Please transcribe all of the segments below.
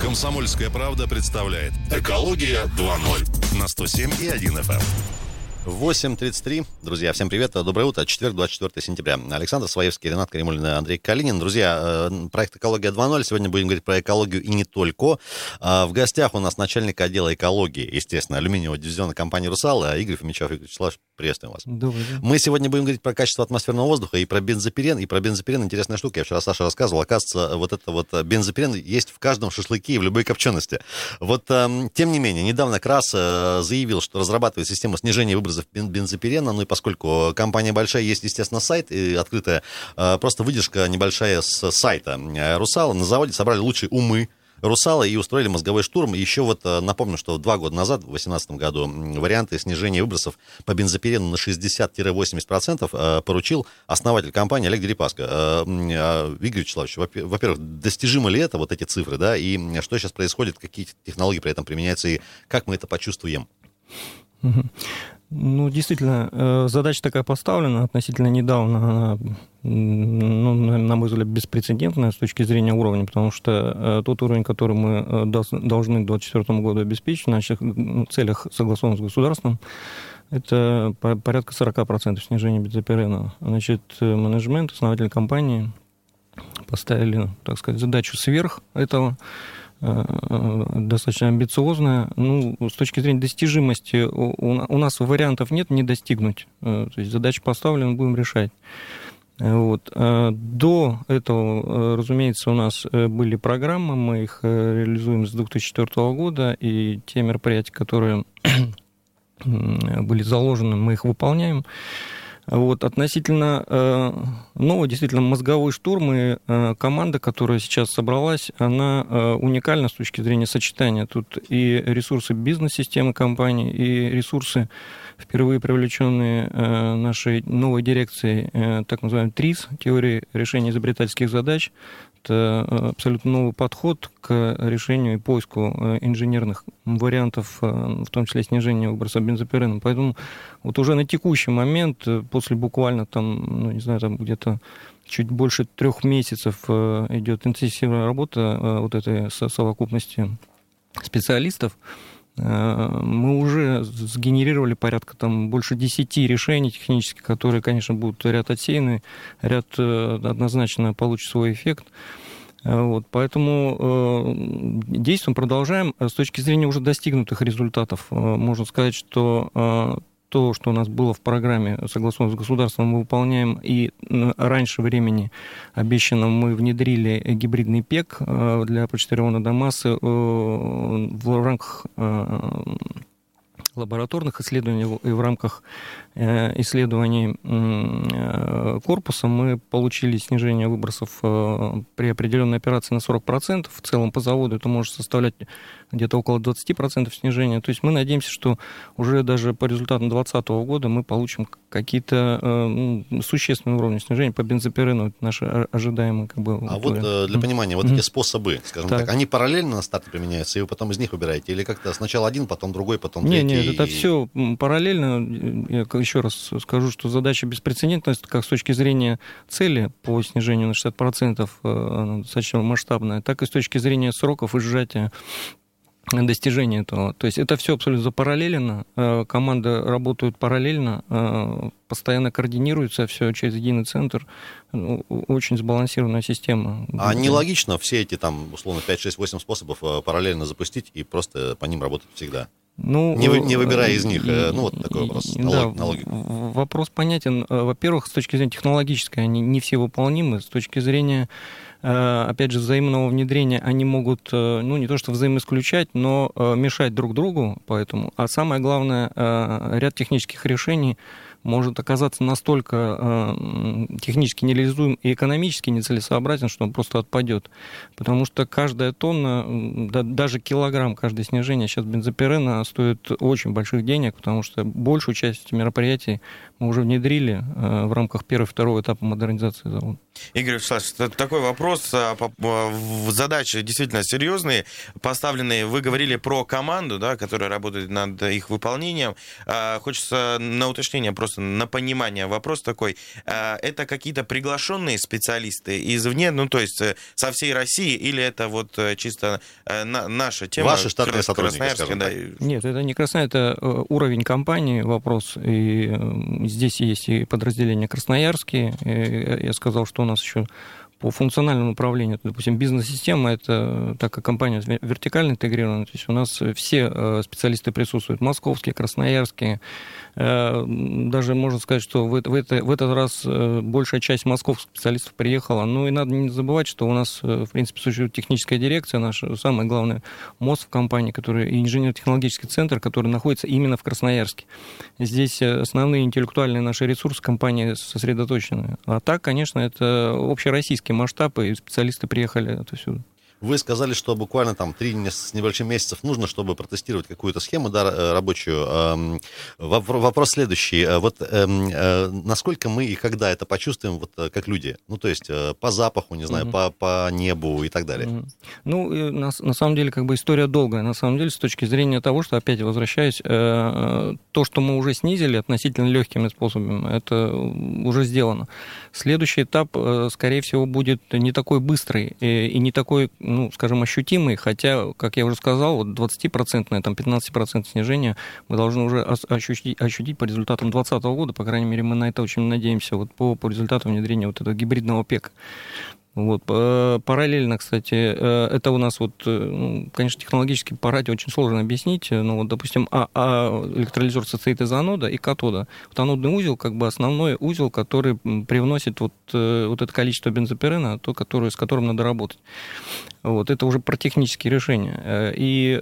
«Комсомольская правда» представляет «Экология 2.0» на 107,1 FM. 8:33. Друзья, всем привет. Доброе утро. Четверг, 24 сентября. Александр Своевский, Ренат Каримуллин, Андрей Калинин. Друзья, проект «Экология 2.0». Сегодня будем говорить про экологию и не только. В гостях у нас начальник отдела экологии, естественно, алюминиевого дивизиона компании «Русал» Игорь Фомичев. Игорь Вячеславович, приветствуем вас. Добрый день. Мы сегодня будем говорить про качество атмосферного воздуха и про бензопирен. И про бензопирен интересная штука. Я вчера Саше рассказывал. Оказывается, вот это вот бензопирен есть в каждом шашлыке и в любой копчености. Вот, тем не менее, недавно КРАС заявил, что разрабатывает систему снижения выбросов бензопирена, ну и поскольку компания большая, есть, естественно, сайт открытая, просто выдержка небольшая с сайта «Русала». На заводе собрали лучшие умы «Русала» и устроили мозговой штурм. И еще вот напомню, что 2 года назад, в 2018 году, варианты снижения выбросов по бензопирену на 60-80% поручил основатель компании Олег Дерипаска. Игорь Вячеславович, во-первых, достижимы ли это, вот эти цифры, да, и что сейчас происходит, какие технологии при этом применяются, и как мы это почувствуем? Ну, действительно, задача такая поставлена относительно недавно, она, на мой взгляд, беспрецедентная с точки зрения уровня, потому что тот уровень, который мы должны к 2024 году обеспечить в наших целях, согласованных с государством, это порядка 40% снижения бензопирена. Значит, менеджмент, основатель компании поставили, так сказать, задачу сверх этого, достаточно амбициозная. Ну, с точки зрения достижимости у нас вариантов нет не достигнуть. То есть задача поставлена, будем решать. Вот. До этого, разумеется, у нас были программы, мы их реализуем с 2004 года, и те мероприятия, которые были заложены, мы их выполняем. Вот, относительно действительно, мозговой штурм и команда, которая сейчас собралась, она уникальна с точки зрения сочетания. Тут и ресурсы бизнес-системы компании, и ресурсы, впервые привлеченные нашей новой дирекцией, так называемой ТРИЗ, теории решения изобретательских задач. Это абсолютно новый подход к решению и поиску инженерных вариантов, в том числе снижения выброса бензопирена. Поэтому вот уже на текущий момент, после буквально там где-то чуть больше 3 месяцев идет интенсивная работа вот этой совокупности специалистов, мы уже сгенерировали порядка больше 10 решений технических, которые, конечно, будут ряд отсеяны, ряд однозначно получит свой эффект. Вот, поэтому действуем, продолжаем. С точки зрения уже достигнутых результатов, можно сказать, что то, что у нас было в программе, согласованно с государством, мы выполняем, и раньше времени обещанном мы внедрили гибридный ПЕК для почтарионной массы в рамках лабораторных исследований и в рамках исследований корпуса мы получили снижение выбросов при определенной операции на 40%. В целом по заводу это может составлять где-то около 20% снижения. То есть мы надеемся, что уже даже по результатам 2020 года мы получим какие-то существенные уровни снижения по бензопирену. Это наши ожидаемые вот для понимания, вот эти способы, скажем так, они параллельно на старте применяются, и вы потом из них выбираете? Или как-то сначала один, потом другой, потом третий? Нет, это все параллельно. Я еще раз скажу, что задача беспрецедентная, как с точки зрения цели по снижению на 60%, она достаточно масштабная, так и с точки зрения сроков и сжатия достижения этого. То есть это все абсолютно запараллелено, команда работает параллельно, постоянно координируется, все через единый центр, очень сбалансированная система. А нелогично все эти, условно, 5, 6, 8 способов параллельно запустить и просто по ним работать всегда? Не выбирая из них, вот такой вопрос на логику. Вопрос понятен. Во-первых, с точки зрения технологической, они не все выполнимы. С точки зрения, опять же, взаимного внедрения, они могут, не то что взаимоисключать, но мешать друг другу. Поэтому. А самое главное, ряд технических решений может оказаться настолько технически нереализуем и экономически нецелесообразен, что он просто отпадет. Потому что каждая тонна, даже килограмм, каждое снижение сейчас бензопирена стоит очень больших денег, потому что большую часть мероприятий мы уже внедрили в рамках первого и второго этапа модернизации завода. Игорь Вячеславович, такой вопрос. Задачи действительно серьезные, поставленные. Вы говорили про команду, да, которая работает над их выполнением. Хочется на уточнение просто просто на понимание вопрос такой. Это какие-то приглашенные специалисты извне, ну, то есть со всей России, или это вот чисто наша тема? Ваши штатные сотрудники, скажем так. Нет, это не Красноярск, это уровень компании вопрос. И здесь есть и подразделения красноярские. И я сказал, что у нас еще по функциональному направлению, допустим, бизнес-система, это, так как компания вертикально интегрирована, то есть у нас все специалисты присутствуют, московские, красноярские. Даже можно сказать, что в этот раз большая часть московских специалистов приехала. Ну и надо не забывать, что у нас, в принципе, существует техническая дирекция, наша самая главная МОЗ в компании, который и инженерно-технологический центр, который находится именно в Красноярске. Здесь основные интеллектуальные наши ресурсы компании сосредоточены. А так, конечно, это общероссийский масштаб, и специалисты приехали отсюда. Вы сказали, что буквально там 3 с небольшим месяцев нужно, чтобы протестировать какую-то схему, да, рабочую. Вопрос следующий. Вот насколько мы и когда это почувствуем, вот как люди? Ну, то есть по запаху, не знаю, по небу и так далее. Ну, на самом деле, как бы история долгая. На самом деле, с точки зрения того, что, опять возвращаюсь, то, что мы уже снизили относительно легкими способами, это уже сделано. Следующий этап, скорее всего, будет не такой быстрый и не такой, ну, скажем, ощутимый, хотя, как я уже сказал, вот 20%, там 15% снижения мы должны уже ощутить по результатам 2020 года, по крайней мере, мы на это очень надеемся, вот по результатам внедрения вот этого гибридного ПЕК. Вот. Параллельно, кстати, это у нас, вот, конечно, технологически по радио очень сложно объяснить, но, вот, допустим, электролизер состоит из анода и катода. Вот анодный узел, как бы основной узел, который привносит вот это количество бензопирена, с которым надо работать. Вот. Это уже про технические решения. И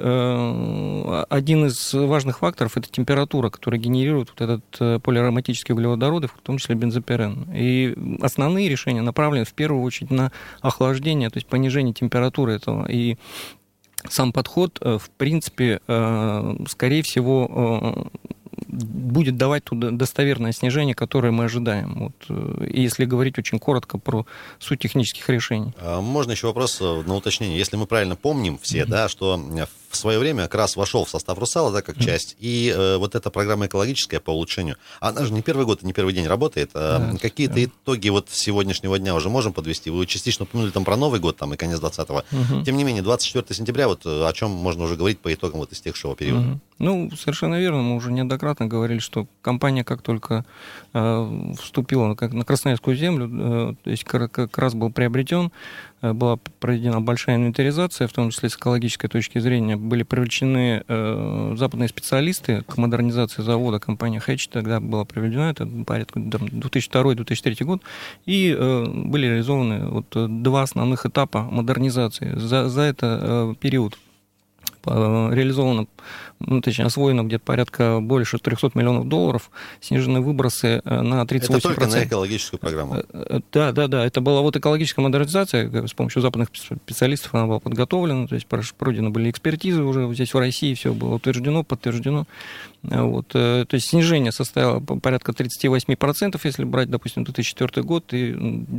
один из важных факторов – это температура, которая генерирует вот этот полиароматический углеводороды, в том числе бензопирен. И основные решения направлены в первую очередь на охлаждение, то есть понижение температуры этого. И сам подход, в принципе, скорее всего, будет давать туда достоверное снижение, которое мы ожидаем. Вот, если говорить очень коротко про суть технических решений. Можно еще вопрос на уточнение. Если мы правильно помним все, да, что в свое время КРАС вошел в состав «Русала», да, как часть, и вот эта программа экологическая по улучшению, она же не первый год и не первый день работает. Какие-то итоги вот сегодняшнего дня уже можем подвести? Вы частично упомянули там про Новый год там, и конец 2020-го. Тем не менее, 24 сентября, вот о чем можно уже говорить по итогам вот истекшего периода? Ну, совершенно верно. Мы уже неоднократно говорили, что компания, как только вступила на Красноярскую землю, то есть КРАС был приобретен, была проведена большая инвентаризация, в том числе с экологической точки зрения, были привлечены западные специалисты к модернизации завода, компания Hatch тогда была проведена, это порядка 2002-2003 год, и были реализованы вот 2 основных этапа модернизации. За это период реализовано, точнее, освоено где-то порядка больше $300 миллионов, снижены выбросы на 38%. Это только на экологическую программу? Да, это была вот экологическая модернизация, с помощью западных специалистов она была подготовлена, то есть пройдены были экспертизы уже здесь в России, все было утверждено, подтверждено. Вот, то есть снижение составило порядка 38%, если брать, допустим, 2004 год и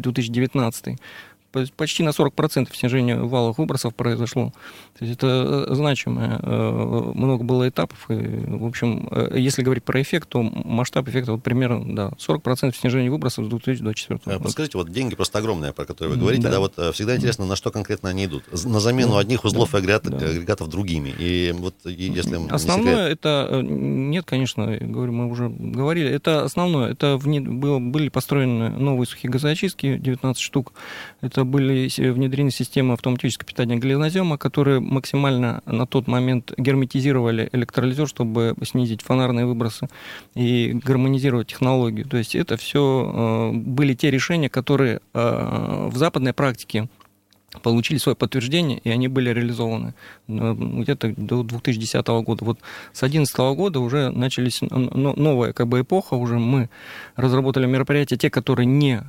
2019. Почти на 40% снижение валовых выбросов произошло. То есть это значимое. Много было этапов. И, в общем, если говорить про эффект, то масштаб эффекта вот примерно, да, 40% снижения выбросов с 2024 года. Подскажите, вот деньги просто огромные, про которые вы говорите, да, вот всегда интересно, на что конкретно они идут. На замену одних узлов и агрегатов другими. И вот если основное это... Нет, конечно, говорю, мы уже говорили. Это основное. Это были построены новые сухие газоочистки, 19 штук. Это были внедрены системы автоматического питания глинозема, которые максимально на тот момент герметизировали электролизер, чтобы снизить фонарные выбросы и гармонизировать технологию. То есть это все были те решения, которые в западной практике получили свое подтверждение, и они были реализованы где-то до 2010 года. Вот с 2011 года уже начались новая как бы эпоха, уже мы разработали мероприятия, те, которые не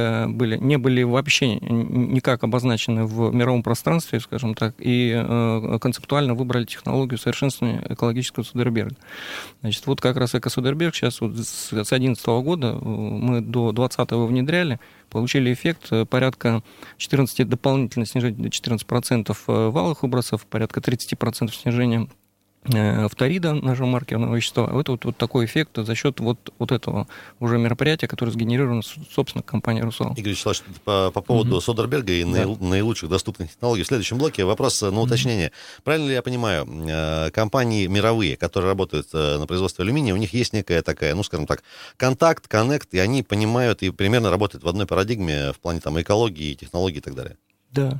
были вообще никак обозначены в мировом пространстве, скажем так, и концептуально выбрали технологию совершенствования экологического Судерберга. Значит, вот как раз эко-Судерберг сейчас вот с 2011 года мы до 2020 внедряли, получили эффект порядка 14 дополнительно снижения до 14% валовых выбросов, порядка 30% снижения фторида, нашего маркерного вещества. Это вот такой эффект за счет вот этого уже мероприятия, которое сгенерировано, собственно, компанией «Русал». Игорь Вячеславович, по поводу Содерберга и наилучших доступных технологий. В следующем блоке вопрос на уточнение. Правильно ли я понимаю, компании мировые, которые работают на производстве алюминия, у них есть некая такая, ну, скажем так, контакт, коннект, и они понимают и примерно работают в одной парадигме в плане там экологии, технологий и так далее? Да.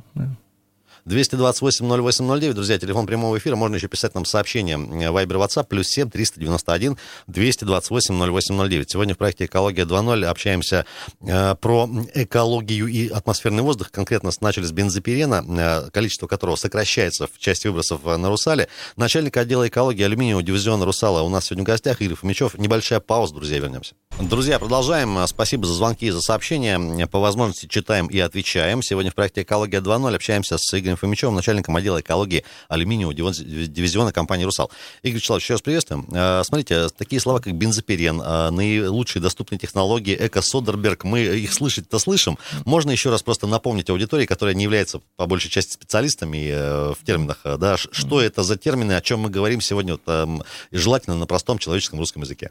228-08-09, друзья, телефон прямого эфира, можно еще писать нам сообщение Viber, WhatsApp, +7 391 228-08-09. Сегодня в проекте «Экология 2.0» общаемся про экологию и атмосферный воздух. Конкретно начали с бензопирена, количество которого сокращается в части выбросов на «Русале». Начальник отдела экологии алюминиевого дивизиона «Русала» у нас сегодня в гостях, Игорь Фомичев. Небольшая пауза, друзья, вернемся. Друзья, продолжаем. Спасибо за звонки и за сообщения. По возможности читаем и отвечаем. Сегодня в проекте «Экология 2.0» общаемся с Игорем Фомичевым, начальником отдела экологии алюминиевого дивизиона компании «Русал». Игорь Вячеславович, еще раз приветствуем. Смотрите, такие слова, как бензопирен, наилучшие доступные технологии, эко-Содерберг, мы их слышать-то слышим. Можно еще раз просто напомнить аудитории, которая не является по большей части специалистами в терминах, да, что это за термины, о чем мы говорим сегодня, желательно на простом человеческом русском языке.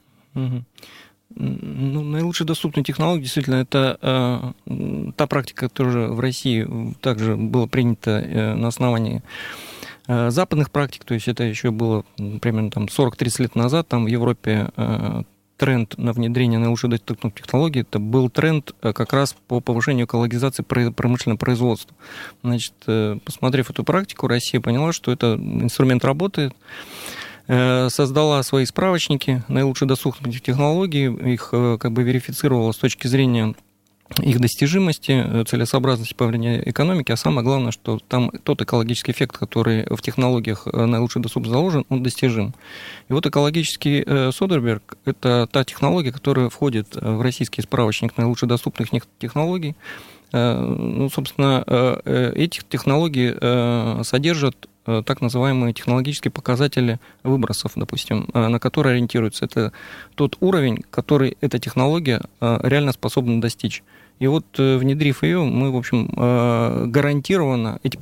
Ну, наилучшие доступные технологии, действительно, это та практика, которая в России также была принята на основании западных практик, то есть это еще было примерно там 40-30 лет назад, там в Европе тренд на внедрение наилучших доступных технологий, это был тренд как раз по повышению экологизации промышленного производства. Значит, посмотрев эту практику, Россия поняла, что этот инструмент работает, создала свои справочники наилучших доступных технологий, их как бы верифицировала с точки зрения их достижимости, целесообразности по влиянию экономики, а самое главное, что там тот экологический эффект, который в технологиях наилучших доступных заложен, он достижим. И вот экологический Содерберг – это та технология, которая входит в российский справочник наилучших доступных технологий. Ну, собственно, эти технологии содержат так называемые технологические показатели выбросов, допустим, на которые ориентируются. Это тот уровень, который эта технология реально способна достичь. И вот, внедрив ее, мы, в общем, гарантированно этим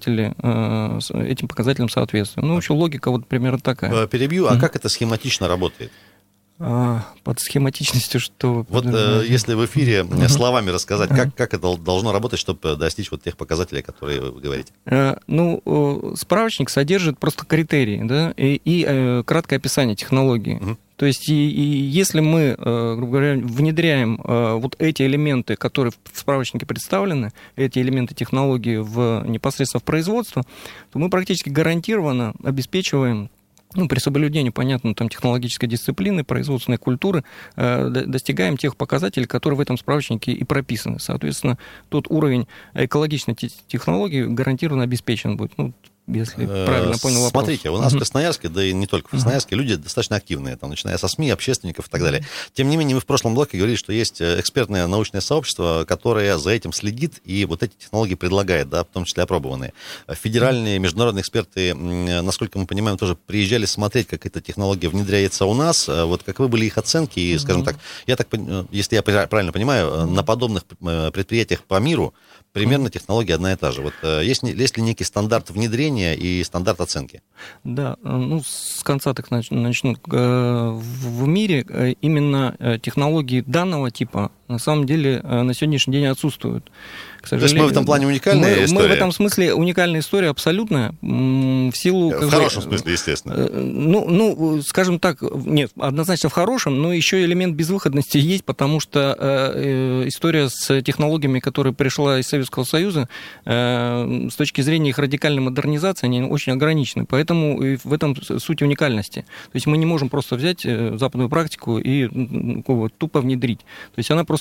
показателям соответствуем. Ну, в общем, логика вот примерно такая. Перебью, а как это схематично работает? Под схематичностью что? Вот если в эфире словами рассказать, как это должно работать, чтобы достичь вот тех показателей, которые вы говорите? Ну, справочник содержит просто критерии, да, и краткое описание технологии. То есть, если мы, грубо говоря, внедряем вот эти элементы, которые в справочнике представлены, эти элементы технологии непосредственно в производство, то мы практически гарантированно обеспечиваем, ну, при соблюдении, понятно, там, технологической дисциплины, производственной культуры, достигаем тех показателей, которые в этом справочнике и прописаны. Соответственно, тот уровень экологичной технологии гарантированно обеспечен будет. Ну, если правильно понял вопрос. Смотрите, у нас в Красноярске, да и не только в Красноярске, люди достаточно активные, там, начиная со СМИ, общественников и так далее. Тем не менее, мы в прошлом блоке говорили, что есть экспертное научное сообщество, которое за этим следит и вот эти технологии предлагает, да, в том числе опробованные. Федеральные, международные эксперты, насколько мы понимаем, тоже приезжали смотреть, как эта технология внедряется у нас. Вот каковы были их оценки, и, скажем так, если я правильно понимаю, на подобных предприятиях по миру примерно технология одна и та же. Вот есть ли некий стандарт внедрения и стандарт оценки? Да, ну, с конца так начну. В мире именно технологии данного типа на самом деле на сегодняшний день отсутствуют. К сожалению, то есть мы в этом плане уникальная история? Мы в этом смысле уникальная история абсолютная. В силу... В хорошем смысле, естественно. Ну, скажем так, нет, однозначно в хорошем, но еще элемент безвыходности есть, потому что история с технологиями, которая пришла из Советского Союза, с точки зрения их радикальной модернизации, они очень ограничены. Поэтому в этом суть уникальности. То есть мы не можем просто взять западную практику и тупо внедрить. То есть она просто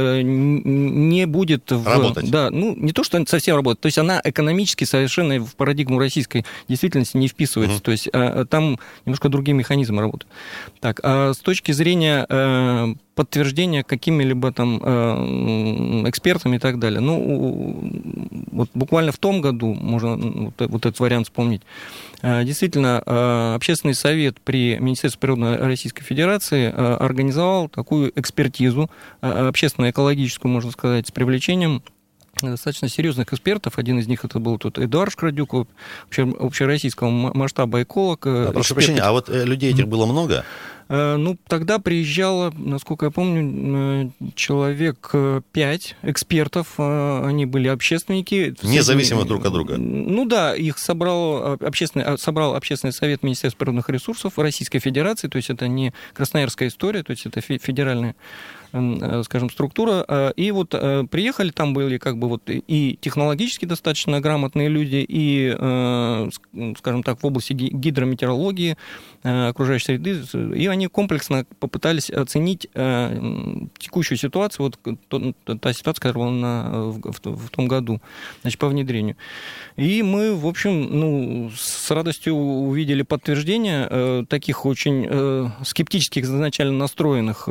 не будет работать. Да, ну, не то, что она совсем работает, то есть она экономически совершенно в парадигму российской действительности не вписывается. То есть там немножко другие механизмы работают. Так, а с точки зрения подтверждения какими-либо там экспертами и так далее. Ну, вот буквально в том году, можно вот этот вариант вспомнить, действительно, Общественный совет при Министерстве природы Российской Федерации организовал такую экспертизу, общественно-экологическую, можно сказать, с привлечением достаточно серьезных экспертов. Один из них это был тут Эдуард Шкрадюк, общероссийского масштаба эколог. Прошу прощения, а вот людей этих было много? Ну, тогда приезжало, насколько я помню, человек 5 экспертов. Они были общественники. Независимы друг от друга? Ну да, их собрал общественный совет Министерства природных ресурсов Российской Федерации. То есть это не красноярская история, то есть это федеральная, скажем, структура. И вот приехали, там были как бы вот и технологически достаточно грамотные люди, и, скажем так, в области гидрометеорологии, окружающей среды, и они комплексно попытались оценить текущую ситуацию, вот та ситуация, которая была в том году, значит, по внедрению. И мы, в общем, с радостью увидели подтверждение таких очень скептически изначально настроенных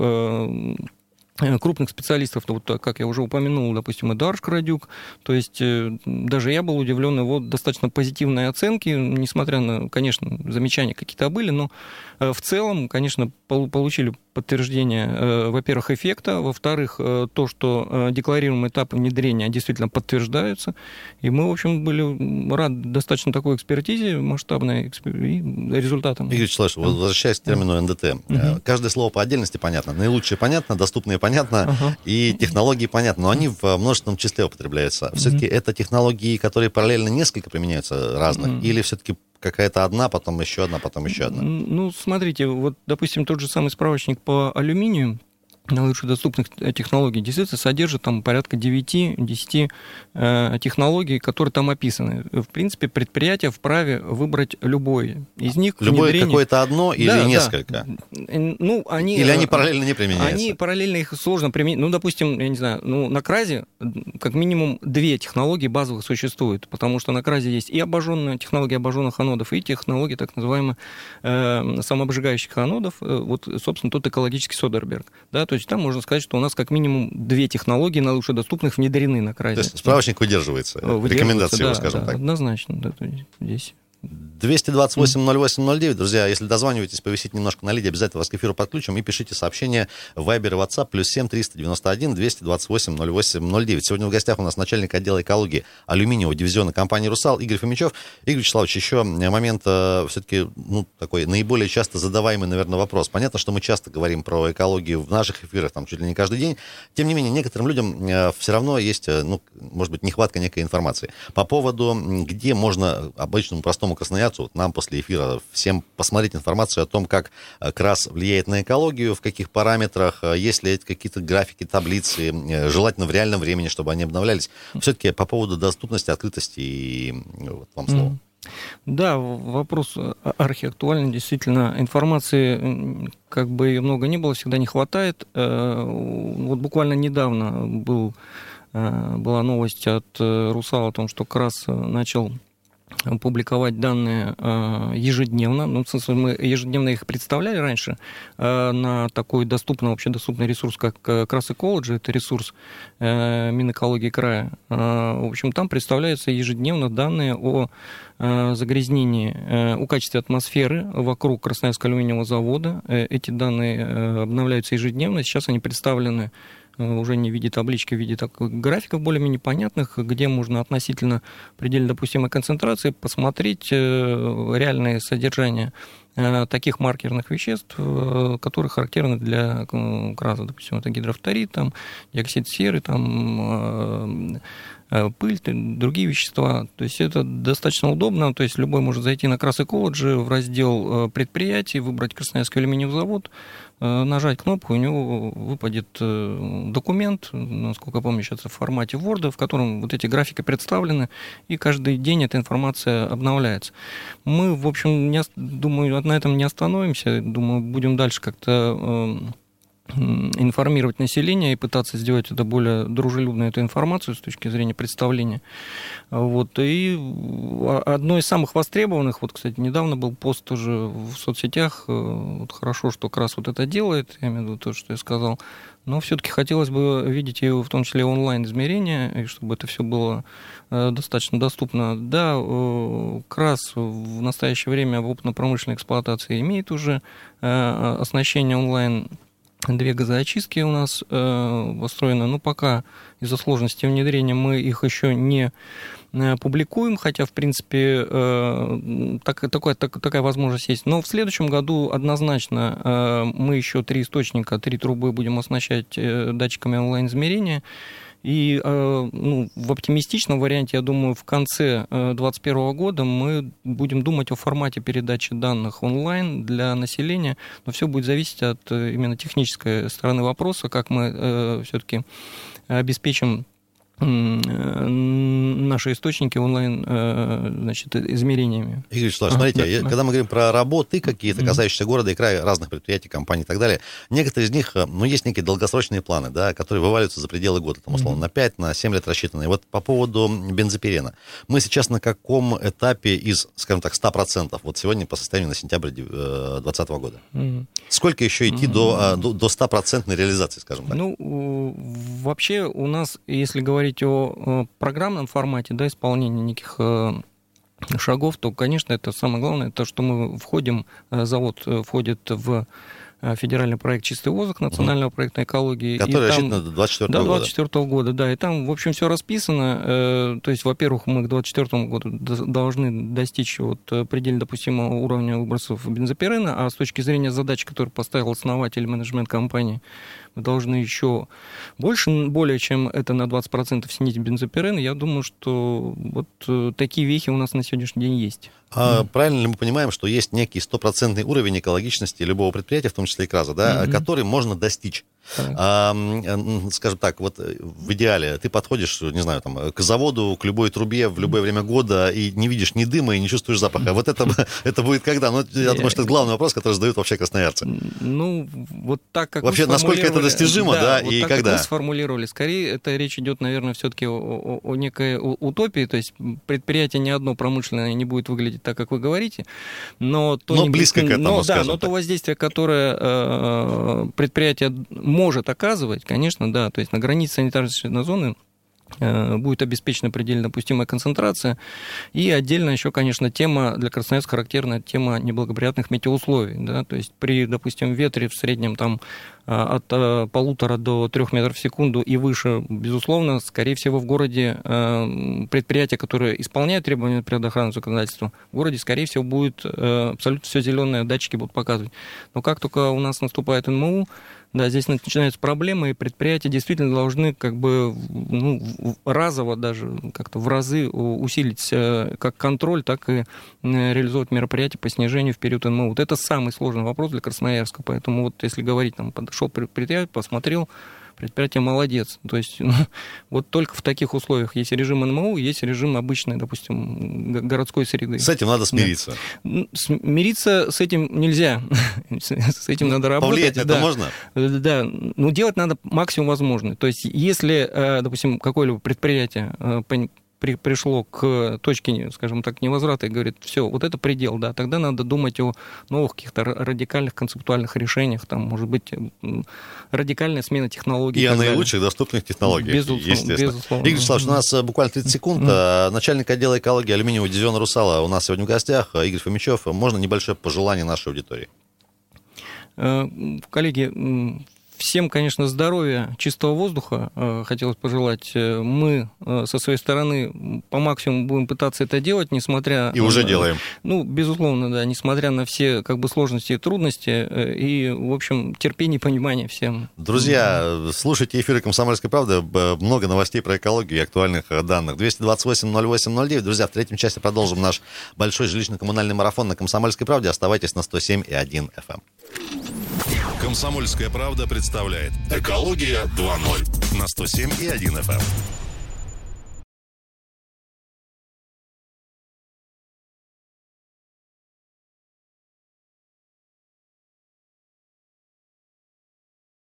крупных специалистов, вот, как я уже упомянул, допустим, Эдуард Шкрадюк, то есть даже я был удивлен его достаточно позитивной оценки, несмотря на, конечно, замечания какие-то были, но в целом, конечно, получили подтверждение, во-первых, эффекта, во-вторых, то, что декларируемые этапы внедрения действительно подтверждаются, и мы, в общем, были рады достаточно такой экспертизе масштабной и результатам. Игорь Вячеславович, возвращаясь к термину НДТ, каждое слово по отдельности понятно, наилучшее понятно, доступные понятно, и технологии понятно, но они в множественном числе употребляются. Все-таки это технологии, которые параллельно несколько применяются разных, или все-таки какая-то одна, потом еще одна, потом еще одна? Ну, смотрите, вот, допустим, тот же самый справочник по алюминию, наилучших доступных технологий, действительно содержит там порядка 9-10 технологий, которые там описаны. В принципе, предприятие вправе выбрать любой из них. Любое какое-то одно или несколько? Да. Ну, или они параллельно не применяются? Они параллельно, их сложно применить. Ну, допустим, я не знаю, на КРАЗе как минимум 2 технологии базовых существуют, потому что на КРАЗе есть и технологии обожженных анодов, и технологии так называемых самообжигающих анодов. Вот, собственно, тот экологический Содерберг. Да, то есть там можно сказать, что у нас как минимум 2 технологии наилучше доступных внедрены на КРАЗе. То есть справочник выдерживается рекомендации, да, скажем так. Однозначно, да, здесь. 228-08-09. Друзья, если дозваниваетесь, повисите немножко на лиде, обязательно вас к эфиру подключим и пишите сообщения в Viber и WhatsApp +7 391 228 08-09. Сегодня в гостях у нас начальник отдела экологии алюминиевого дивизиона компании «Русал» Игорь Фомичев. Игорь Вячеславович, еще момент все-таки такой наиболее часто задаваемый, наверное, вопрос. Понятно, что мы часто говорим про экологию в наших эфирах, там чуть ли не каждый день. Тем не менее, некоторым людям все равно есть, может быть, нехватка некой информации. По поводу, где можно обычному простому красноярцу, вот нам после эфира всем посмотреть информацию о том, как КРАС влияет на экологию, в каких параметрах, есть ли какие-то графики, таблицы, желательно в реальном времени, чтобы они обновлялись. Все-таки по поводу доступности, открытости, и вот вам слово. Да, вопрос архиактуальный, действительно. Информации, как бы ее много ни было, всегда не хватает. Вот буквально недавно была новость от «Русала» о том, что КРАС начал публиковать данные ежедневно. Ну, мы ежедневно их представляли раньше на такой общедоступный ресурс, как КРАС Экологи, это ресурс Минэкологии края. В общем, там представляются ежедневно данные о загрязнении, о качестве атмосферы вокруг Красноярского алюминиевого завода. Эти данные обновляются ежедневно. Сейчас они представлены уже не в виде таблички, в виде графиков более-менее понятных, где можно относительно предельно допустимой концентрации посмотреть реальное содержание таких маркерных веществ, которые характерны для КРАСа. Допустим, это гидрофторид, диоксид серы, пыль, другие вещества. То есть это достаточно удобно. То есть любой может зайти на КРАС Экологи в раздел предприятий, выбрать Красноярский алюминиевый завод, нажать кнопку, у него выпадет документ, насколько я помню, сейчас в формате Word, в котором вот эти графики представлены, и каждый день эта информация обновляется. Мы, в общем, думаю, на этом не остановимся. Думаю, будем дальше как-то информировать население и пытаться сделать это более дружелюбной, эту информацию с точки зрения представления. Вот. И одно из самых востребованных, кстати, недавно был пост тоже в соцсетях, хорошо, что КРАС вот это делает, я имею в виду то, что я сказал, но все-таки хотелось бы видеть и в том числе онлайн-измерения, и чтобы это все было достаточно доступно. Да, КРАС в настоящее время в опытно-промышленной эксплуатации имеет уже оснащение онлайн 2 газоочистки у нас построены. Но пока из-за сложности внедрения мы их еще не публикуем, хотя, в принципе, такая возможность есть. Но в следующем году однозначно мы еще 3 источника, 3 трубы будем оснащать датчиками онлайн-измерения. И в оптимистичном варианте, я думаю, в конце 2021 года мы будем думать о формате передачи данных онлайн для населения, но все будет зависеть от именно технической стороны вопроса, как мы все-таки обеспечим наши источники онлайн, значит, измерениями. Игорь Вячеславович, смотрите, когда мы говорим про работы какие-то, касающиеся города и края, разных предприятий, компаний и так далее, некоторые из них, есть некие долгосрочные планы, да, которые вываливаются за пределы года, там, условно, на 5, на 7 лет рассчитанные. Вот по поводу бензопирена. Мы сейчас на каком этапе из, скажем так, 100%, вот сегодня по состоянию на сентябрь 2020 года? Сколько еще идти до 100% реализации, скажем так? Вообще у нас, если говорить о программном формате, да, исполнения неких шагов, то, конечно, это самое главное, то, что мы входим, завод входит в федеральный проект «Чистый воздух» национального проекта экологии. Который рассчитан до 2024 года. До 2024 года, да. И там, в общем, все расписано. То есть, во-первых, мы к 2024 году должны достичь предельно допустимого уровня выбросов бензопирена, а с точки зрения задач, которые поставил основатель менеджмент компании, мы должны еще более чем это на 20% снизить бензопирен. Я думаю, что вот такие вехи у нас на сегодняшний день есть. Правильно ли мы понимаем, что есть некий 100% уровень экологичности любого предприятия, в том числе и КРАЗа, да, который можно достичь? Скажем так, вот в идеале ты подходишь, не знаю, там, к заводу, к любой трубе в любое время года и не видишь ни дыма и не чувствуешь запаха. Вот это будет когда? Я думаю, что это главный вопрос, который задают вообще красноярцы. Вот так, как вообще, насколько это достижимо, да, вот и так, когда? Как вы сформулировали. Скорее, это речь идет, наверное, все-таки о некой утопии, то есть предприятие ни одно промышленное не будет выглядеть так, как вы говорите, но близко к этому, скажем так. То воздействие, которое предприятие может оказывать, конечно, да, то есть на границе санитарно-защитной зоны будет обеспечена предельно допустимая концентрация. И отдельно еще, конечно, тема для Красноярска характерная тема неблагоприятных метеоусловий. Да? То есть при, допустим, ветре в среднем там, от 1,5 до 3 метров в секунду и выше, безусловно, скорее всего, в городе предприятия, которые исполняют требования природоохранного законодательства, в городе, скорее всего, будет абсолютно все зеленое, датчики будут показывать. Но как только у нас наступает НМУ, да, здесь начинаются проблемы, и предприятия действительно должны как бы разово даже как-то в разы усилить как контроль, так и реализовать мероприятия по снижению в период НМУ. Вот это самый сложный вопрос для Красноярска, поэтому вот если говорить, там, подошел предприятие, посмотрел, предприятие молодец. То есть вот только в таких условиях есть режим НМУ, есть режим обычной, допустим, городской среды. С этим надо смириться. Да. Смириться с этим нельзя. С этим надо работать. Повлиять это можно? Да. Но делать надо максимум возможно. То есть если, допустим, какое-либо предприятие пришло к точке, скажем так, невозврата и говорит, все, вот это предел, да, тогда надо думать о новых каких-то радикальных концептуальных решениях, там, может быть, радикальная смена технологий. И о наилучших доступных технологиях, естественно. Безусловно. Игорь Вячеславович, у нас буквально 30 секунд. Начальник отдела экологии алюминиевого дивизиона «Русала» у нас сегодня в гостях. Игорь Фомичев. Можно небольшое пожелание нашей аудитории? Коллеги, всем, конечно, здоровья, чистого воздуха хотелось пожелать. Мы со своей стороны по максимуму будем пытаться это делать, несмотря... И уже делаем. Безусловно, да, несмотря на все как бы сложности и трудности. И, в общем, терпение и понимание всем. Друзья, слушайте эфиры «Комсомольской правды». Много новостей про экологию и актуальных данных. 228-08-09. Друзья, в третьем части продолжим наш большой жилищно-коммунальный марафон на «Комсомольской правде». Оставайтесь на 107,1 FM. «Комсомольская правда» представляет «Экология 2.0» на 107,1 FM.